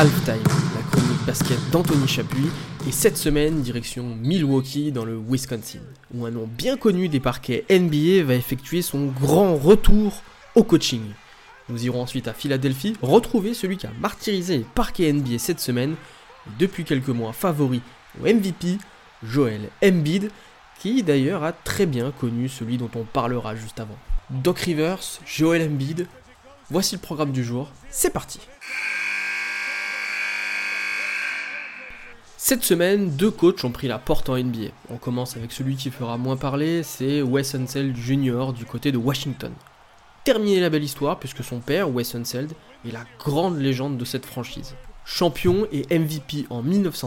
Halftime, la chronique basket d'Anthony Chapuis, et cette semaine, direction Milwaukee dans le Wisconsin, où un nom bien connu des parquets NBA va effectuer son grand retour au coaching. Nous irons ensuite à Philadelphie retrouver celui qui a martyrisé les parquets NBA cette semaine, et depuis quelques mois favori au MVP, Joel Embiid, qui d'ailleurs a très bien connu celui dont on parlera juste avant. Doc Rivers, Joel Embiid, voici le programme du jour, c'est parti. Cette semaine, deux coachs ont pris la porte en NBA. On commence avec celui qui fera moins parler, c'est Wes Unseld Jr. du côté de Washington. Terminé la belle histoire puisque son père, Wes Unseld, est la grande légende de cette franchise. Champion et MVP en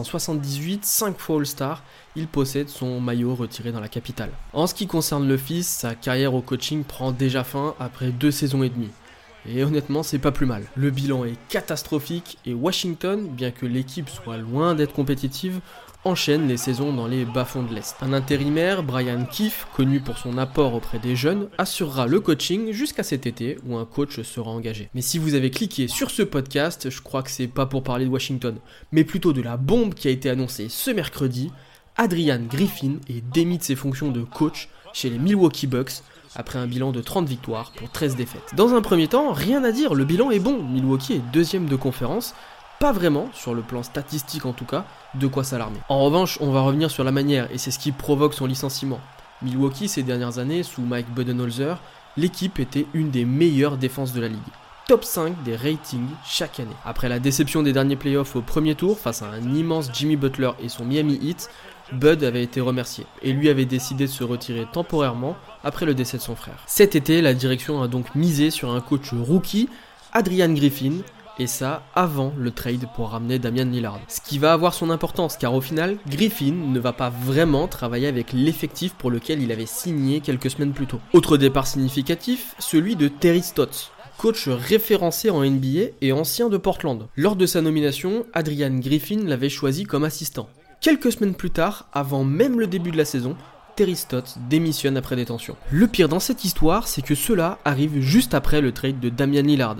1978, 5 fois All-Star, il possède son maillot retiré dans la capitale. En ce qui concerne le fils, sa carrière au coaching prend déjà fin après 2 saisons et demie. Et honnêtement, c'est pas plus mal. Le bilan est catastrophique et Washington, bien que l'équipe soit loin d'être compétitive, enchaîne les saisons dans les bas-fonds de l'Est. Un intérimaire, Brian Keefe, connu pour son apport auprès des jeunes, assurera le coaching jusqu'à cet été où un coach sera engagé. Mais si vous avez cliqué sur ce podcast, je crois que c'est pas pour parler de Washington, mais plutôt de la bombe qui a été annoncée ce mercredi. Adrian Griffin est démis de ses fonctions de coach chez les Milwaukee Bucks, après un bilan de 30 victoires pour 13 défaites. Dans un premier temps, rien à dire, le bilan est bon. Milwaukee est deuxième de conférence, pas vraiment, sur le plan statistique en tout cas, de quoi s'alarmer. En revanche, on va revenir sur la manière, et c'est ce qui provoque son licenciement. Milwaukee, ces dernières années, sous Mike Budenholzer, l'équipe était une des meilleures défenses de la ligue. Top 5 des ratings chaque année. Après la déception des derniers playoffs au premier tour, face à un immense Jimmy Butler et son Miami Heat, Bud avait été remercié, et lui avait décidé de se retirer temporairement après le décès de son frère. Cet été, la direction a donc misé sur un coach rookie, Adrian Griffin, et ça avant le trade pour ramener Damian Lillard. Ce qui va avoir son importance, car au final, Griffin ne va pas vraiment travailler avec l'effectif pour lequel il avait signé quelques semaines plus tôt. Autre départ significatif, celui de Terry Stotts, coach référencé en NBA et ancien de Portland. Lors de sa nomination, Adrian Griffin l'avait choisi comme assistant. Quelques semaines plus tard, avant même le début de la saison, Terry Stotts démissionne après détention. Le pire dans cette histoire, c'est que cela arrive juste après le trade de Damian Lillard,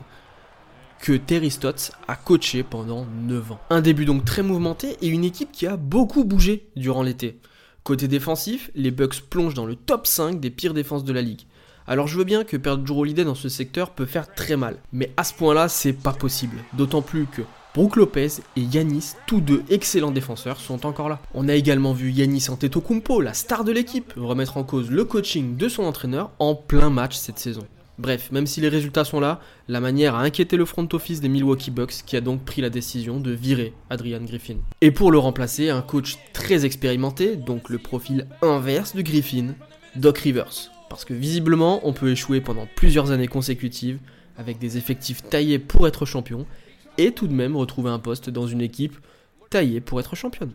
que Terry Stotts a coaché pendant 9 ans. Un début donc très mouvementé et une équipe qui a beaucoup bougé durant l'été. Côté défensif, les Bucks plongent dans le top 5 des pires défenses de la ligue. Alors je veux bien que perdre Jrue Holiday dans ce secteur peut faire très mal, mais à ce point-là, c'est pas possible. D'autant plus que Brook Lopez et Giannis, tous deux excellents défenseurs, sont encore là. On a également vu Giannis Antetokounmpo, la star de l'équipe, remettre en cause le coaching de son entraîneur en plein match cette saison. Bref, même si les résultats sont là, la manière a inquiété le front office des Milwaukee Bucks qui a donc pris la décision de virer Adrian Griffin. Et pour le remplacer, un coach très expérimenté, donc le profil inverse de Griffin, Doc Rivers. Parce que visiblement, on peut échouer pendant plusieurs années consécutives avec des effectifs taillés pour être champion et tout de même retrouver un poste dans une équipe taillée pour être championne.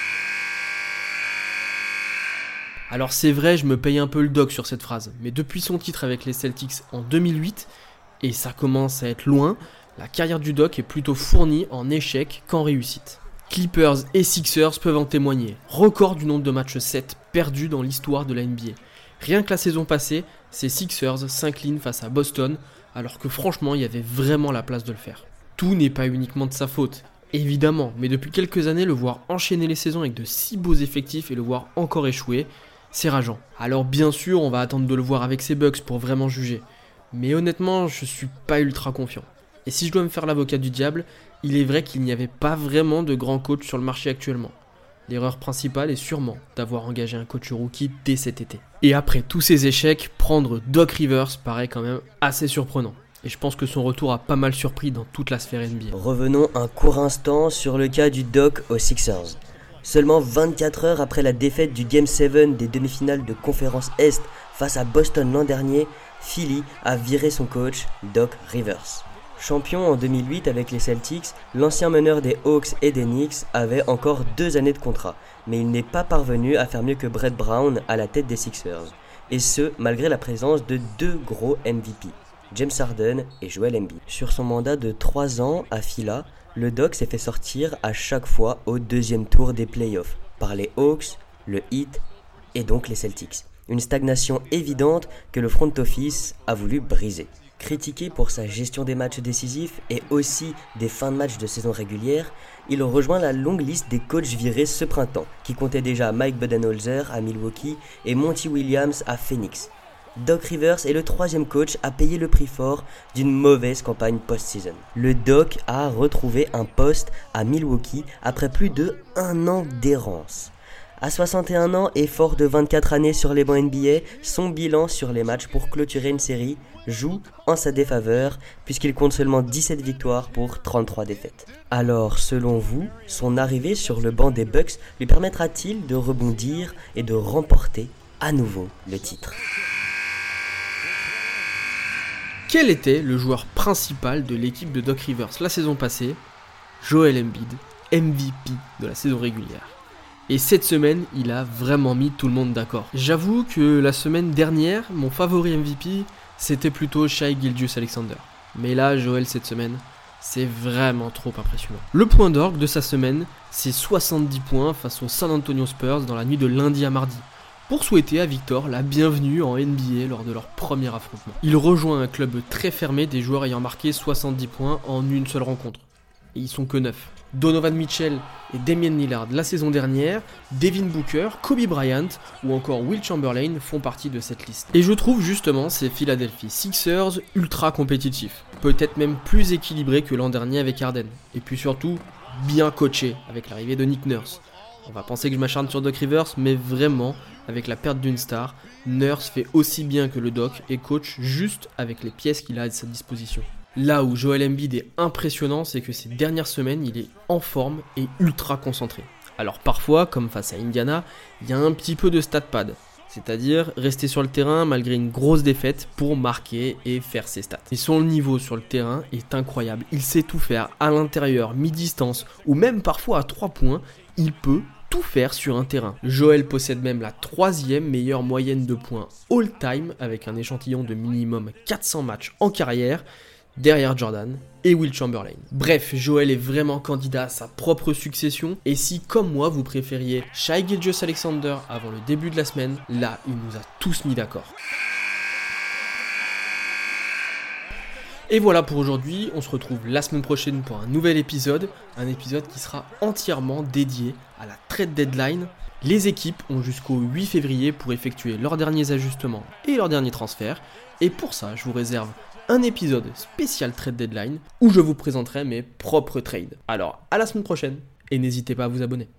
Alors c'est vrai, je me paye un peu le doc sur cette phrase, mais depuis son titre avec les Celtics en 2008, et ça commence à être loin, la carrière du doc est plutôt fournie en échecs qu'en réussite. Clippers et Sixers peuvent en témoigner, record du nombre de matchs 7 perdus dans l'histoire de la NBA. Rien que la saison passée, ces Sixers s'inclinent face à Boston, alors que franchement il y avait vraiment la place de le faire. Tout n'est pas uniquement de sa faute, évidemment, mais depuis quelques années, le voir enchaîner les saisons avec de si beaux effectifs et le voir encore échouer, c'est rageant. Alors bien sûr, on va attendre de le voir avec ses Bucks pour vraiment juger, mais honnêtement, je suis pas ultra confiant. Et si je dois me faire l'avocat du diable, il est vrai qu'il n'y avait pas vraiment de grands coachs sur le marché actuellement. L'erreur principale est sûrement d'avoir engagé un coach rookie dès cet été. Et après tous ces échecs, prendre Doc Rivers paraît quand même assez surprenant. Et je pense que son retour a pas mal surpris dans toute la sphère NBA. Revenons un court instant sur le cas du Doc aux Sixers. Seulement 24 heures après la défaite du Game 7 des demi-finales de conférence Est face à Boston l'an dernier, Philly a viré son coach, Doc Rivers. Champion en 2008 avec les Celtics, l'ancien meneur des Hawks et des Knicks avait encore 2 années de contrat, mais il n'est pas parvenu à faire mieux que Brett Brown à la tête des Sixers. Et ce, malgré la présence de 2 gros MVP. James Harden et Joel Embiid. Sur son mandat de 3 ans à Phila, le Doc s'est fait sortir à chaque fois au 2e tour des playoffs par les Hawks, le Heat et donc les Celtics. Une stagnation évidente que le front office a voulu briser. Critiqué pour sa gestion des matchs décisifs et aussi des fins de match de saison régulière, il rejoint la longue liste des coachs virés ce printemps, qui comptait déjà Mike Budenholzer à Milwaukee et Monty Williams à Phoenix. Doc Rivers est le troisième coach à payer le prix fort d'une mauvaise campagne post-season. Le Doc a retrouvé un poste à Milwaukee après plus de 1 an d'errance. À 61 ans et fort de 24 années sur les bancs NBA, son bilan sur les matchs pour clôturer une série joue en sa défaveur puisqu'il compte seulement 17 victoires pour 33 défaites. Alors, selon vous, son arrivée sur le banc des Bucks lui permettra-t-il de rebondir et de remporter à nouveau le titre ? Quel était le joueur principal de l'équipe de Doc Rivers la saison passée ? Joel Embiid, MVP de la saison régulière. Et cette semaine, il a vraiment mis tout le monde d'accord. J'avoue que la semaine dernière, mon favori MVP, c'était plutôt Shai Gilgeous-Alexander. Mais là, Joel, cette semaine, c'est vraiment trop impressionnant. Le point d'orgue de sa semaine, c'est 70 points face aux San Antonio Spurs dans la nuit de lundi à mardi, pour souhaiter à Victor la bienvenue en NBA lors de leur premier affrontement. Il rejoint un club très fermé des joueurs ayant marqué 70 points en une seule rencontre. Et ils sont que 9. Donovan Mitchell et Damian Lillard la saison dernière, Devin Booker, Kobe Bryant ou encore Will Chamberlain font partie de cette liste. Et je trouve justement ces Philadelphia Sixers ultra compétitifs, peut-être même plus équilibrés que l'an dernier avec Harden. Et puis surtout, bien coachés avec l'arrivée de Nick Nurse. On va penser que je m'acharne sur Doc Rivers, mais vraiment, avec la perte d'une star, Nurse fait aussi bien que le Doc et coach juste avec les pièces qu'il a à sa disposition. Là où Joel Embiid est impressionnant, c'est que ces dernières semaines, il est en forme et ultra concentré. Alors parfois, comme face à Indiana, il y a un petit peu de stat pad, c'est-à-dire rester sur le terrain malgré une grosse défaite pour marquer et faire ses stats. Et son niveau sur le terrain est incroyable, il sait tout faire à l'intérieur, mi-distance ou même parfois à 3 points, il peut tout faire sur un terrain. Joel possède même la 3e meilleure moyenne de points all-time avec un échantillon de minimum 400 matchs en carrière, derrière Jordan et Will Chamberlain. Bref, Joel est vraiment candidat à sa propre succession, et si comme moi vous préfériez Shai Gilgeous-Alexander avant le début de la semaine, là il nous a tous mis d'accord. Et voilà pour aujourd'hui, on se retrouve la semaine prochaine pour un nouvel épisode, un épisode qui sera entièrement dédié à la trade deadline. Les équipes ont jusqu'au 8 février pour effectuer leurs derniers ajustements et leurs derniers transferts, et pour ça je vous réserve un épisode spécial trade deadline où je vous présenterai mes propres trades. Alors à la semaine prochaine et n'hésitez pas à vous abonner.